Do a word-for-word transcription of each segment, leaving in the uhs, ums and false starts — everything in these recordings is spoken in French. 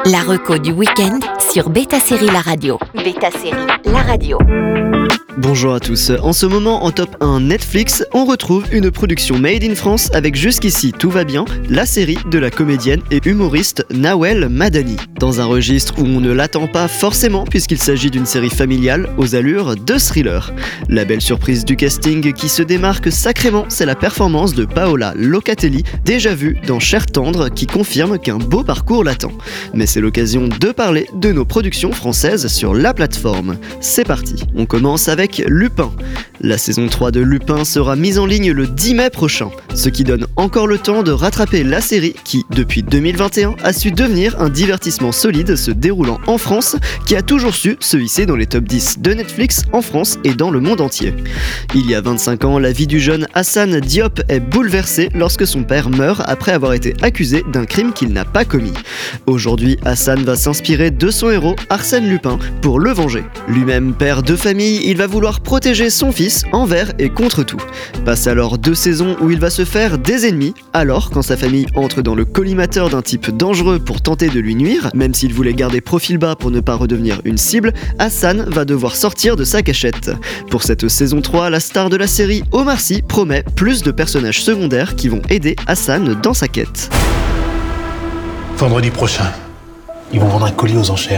La reco du week-end sur Beta Série La Radio. Beta Série La Radio. Bonjour à tous. En ce moment, en top un Netflix, on retrouve une production made in France avec Jusqu'ici tout va bien, la série de la comédienne et humoriste Nawel Madani. Dans un registre où on ne l'attend pas forcément puisqu'il s'agit d'une série familiale aux allures de thriller. La belle surprise du casting qui se démarque sacrément, c'est la performance de Paola Locatelli, déjà vue dans Cher Tendre, qui confirme qu'un beau parcours l'attend. Mais c'est l'occasion de parler de nos productions françaises sur la plateforme. C'est parti, on commence avec Lupin. La saison trois de Lupin sera mise en ligne le dix mai prochain, ce qui donne encore le temps de rattraper la série qui, depuis deux mille vingt et un, a su devenir un divertissement solide se déroulant en France, qui a toujours su se hisser dans les top dix de Netflix en France et dans le monde entier. Il y a vingt-cinq ans, la vie du jeune Hassan Diop est bouleversée lorsque son père meurt après avoir été accusé d'un crime qu'il n'a pas commis. Aujourd'hui, Hassan va s'inspirer de son héros, Arsène Lupin, pour le venger. Lui-même père de famille, il va vouloir protéger son fils envers et contre tout. Passe alors deux saisons où il va se faire des ennemis, alors quand sa famille entre dans le collimateur d'un type dangereux pour tenter de lui nuire, même s'il voulait garder profil bas pour ne pas redevenir une cible, Hassan va devoir sortir de sa cachette. Pour cette saison trois, la star de la série, Omar Sy, promet plus de personnages secondaires qui vont aider Hassan dans sa quête. Vendredi prochain, ils vont vendre un colis aux enchères.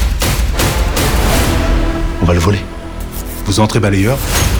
On va le voler. Vous entrez balayeur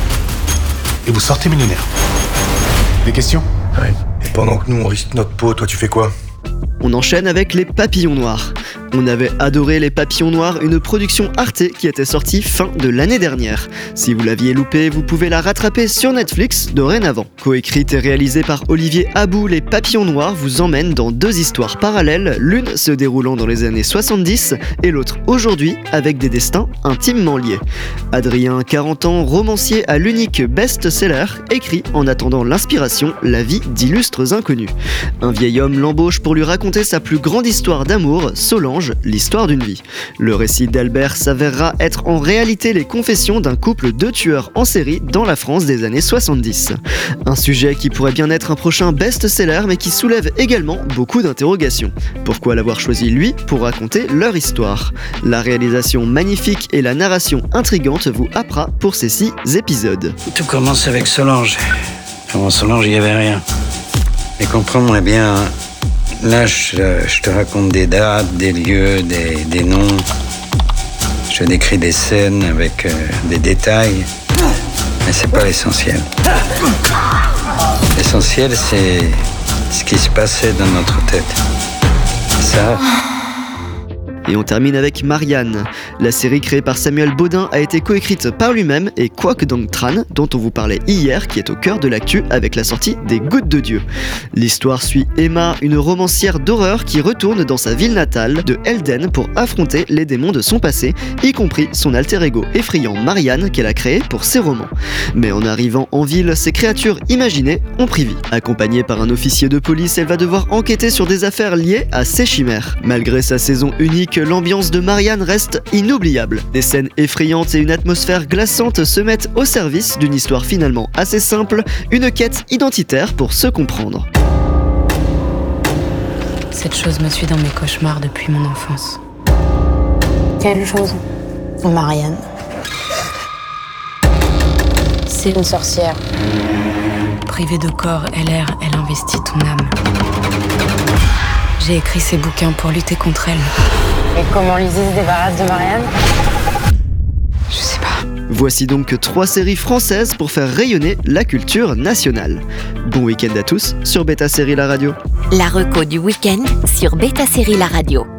et vous sortez millionnaire. Des questions ? Ouais. Et pendant que nous on risque notre peau, toi tu fais quoi ? On enchaîne avec Les Papillons Noirs. On avait adoré Les Papillons Noirs, une production Arte qui était sortie fin de l'année dernière. Si vous l'aviez loupé, vous pouvez la rattraper sur Netflix dorénavant. Coécrite et réalisée par Olivier Abou, Les Papillons Noirs vous emmène dans deux histoires parallèles, l'une se déroulant dans les années soixante-dix et l'autre aujourd'hui, avec des destins intimement liés. Adrien, quarante ans, romancier à l'unique best-seller, écrit en attendant l'inspiration La vie d'illustres inconnus. Un vieil homme l'embauche pour lui raconter sa plus grande histoire d'amour, Solange, l'histoire d'une vie. Le récit d'Albert s'avérera être en réalité les confessions d'un couple de tueurs en série dans la France des années soixante-dix. Un sujet qui pourrait bien être un prochain best-seller mais qui soulève également beaucoup d'interrogations. Pourquoi l'avoir choisi lui pour raconter leur histoire ? La réalisation magnifique et la narration intrigante vous happera pour ces six épisodes. Tout commence avec Solange. Avant Solange, il n'y avait rien. Et comprends-moi bien, là, je, je te raconte des dates, des lieux, des, des noms. Je décris des scènes avec euh, des détails. Mais c'est pas l'essentiel. L'essentiel, c'est ce qui se passait dans notre tête. Ça... Et on termine avec Marianne. La série créée par Samuel Baudin a été coécrite par lui-même et Kwok Dong Tran, dont on vous parlait hier, qui est au cœur de l'actu avec la sortie des Gouttes de Dieu. L'histoire suit Emma, une romancière d'horreur qui retourne dans sa ville natale de Elden pour affronter les démons de son passé, y compris son alter ego effrayant Marianne qu'elle a créé pour ses romans. Mais en arrivant en ville, ces créatures imaginées ont pris vie. Accompagnée par un officier de police, elle va devoir enquêter sur des affaires liées à ces chimères. Malgré sa saison unique, l'ambiance de Marianne reste inoubliable. Des scènes effrayantes et une atmosphère glaçante se mettent au service d'une histoire finalement assez simple, une quête identitaire pour se comprendre. Cette chose me suit dans mes cauchemars depuis mon enfance. Quelle chose ? Marianne. C'est une sorcière. Privée de corps, elle erre, elle investit ton âme. J'ai écrit ces bouquins pour lutter contre elle. Et comment Lizzie se débarrasse de Marianne ? Je sais pas. Voici donc trois séries françaises pour faire rayonner la culture nationale. Bon week-end à tous sur Beta Série La Radio. La reco du week-end sur Beta Série La Radio.